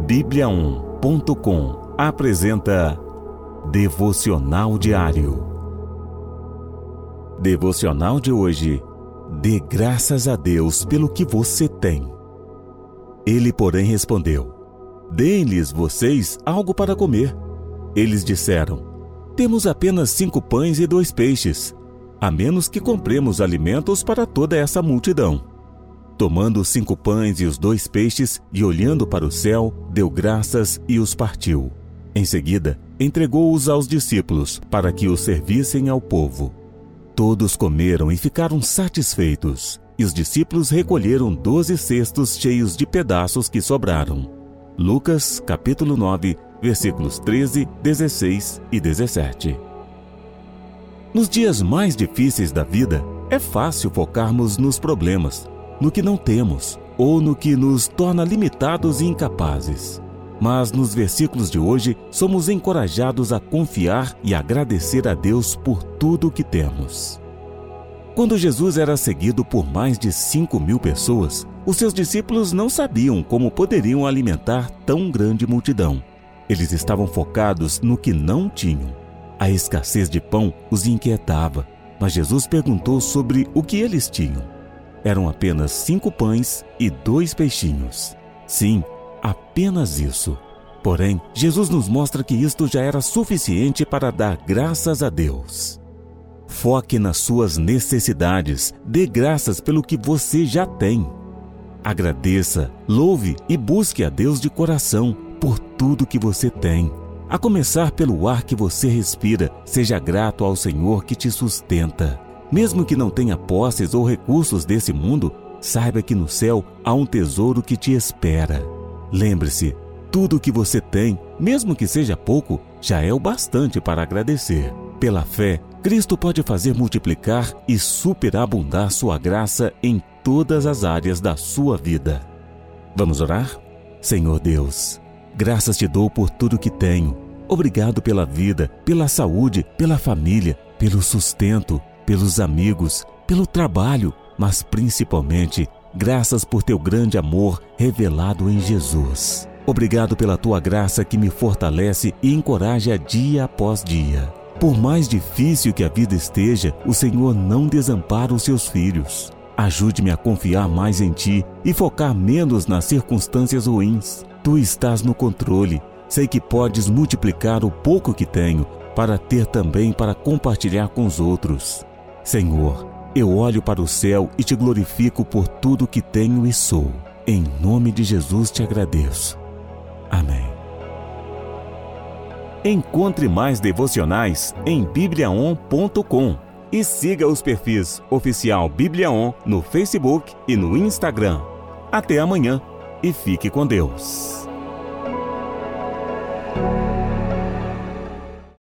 Bíblia1.com apresenta Devocional Diário. Devocional de hoje: dê graças a Deus pelo que você tem. Ele, porém, respondeu: deem-lhes vocês algo para comer. Eles disseram: temos apenas 5 pães e 2 peixes, a menos que compremos alimentos para toda essa multidão. Tomando os 5 pães e os 2 peixes e olhando para o céu, deu graças e os partiu. Em seguida, entregou-os aos discípulos para que os servissem ao povo. Todos comeram e ficaram satisfeitos, e os discípulos recolheram 12 cestos cheios de pedaços que sobraram. Lucas, capítulo 9, versículos 13, 16 e 17. Nos dias mais difíceis da vida, é fácil focarmos nos problemas, no que não temos, ou no que nos torna limitados e incapazes. Mas nos versículos de hoje, somos encorajados a confiar e agradecer a Deus por tudo o que temos. Quando Jesus era seguido por mais de 5.000 pessoas, os seus discípulos não sabiam como poderiam alimentar tão grande multidão. Eles estavam focados no que não tinham. A escassez de pão os inquietava, mas Jesus perguntou sobre o que eles tinham. Eram apenas 5 pães e 2 peixinhos. Sim, apenas isso. Porém, Jesus nos mostra que isto já era suficiente para dar graças a Deus. Foque nas suas necessidades, dê graças pelo que você já tem. Agradeça, louve e busque a Deus de coração por tudo que você tem. A começar pelo ar que você respira, seja grato ao Senhor que te sustenta. Mesmo que não tenha posses ou recursos desse mundo, saiba que no céu há um tesouro que te espera. Lembre-se, tudo o que você tem, mesmo que seja pouco, já é o bastante para agradecer. Pela fé, Cristo pode fazer multiplicar e superabundar sua graça em todas as áreas da sua vida. Vamos orar? Senhor Deus, graças te dou por tudo que tenho. Obrigado pela vida, pela saúde, pela família, pelo sustento, pelos amigos, pelo trabalho, mas principalmente, graças por teu grande amor revelado em Jesus. Obrigado pela tua graça que me fortalece e encoraja dia após dia. Por mais difícil que a vida esteja, o Senhor não desampara os seus filhos. Ajude-me a confiar mais em ti e focar menos nas circunstâncias ruins. Tu estás no controle. Sei que podes multiplicar o pouco que tenho para ter também para compartilhar com os outros. Senhor, eu olho para o céu e te glorifico por tudo que tenho e sou. Em nome de Jesus te agradeço. Amém. Encontre mais devocionais em Bíblia1.com e siga os perfis Oficial Bíblia1 no Facebook e no Instagram. Até amanhã e fique com Deus.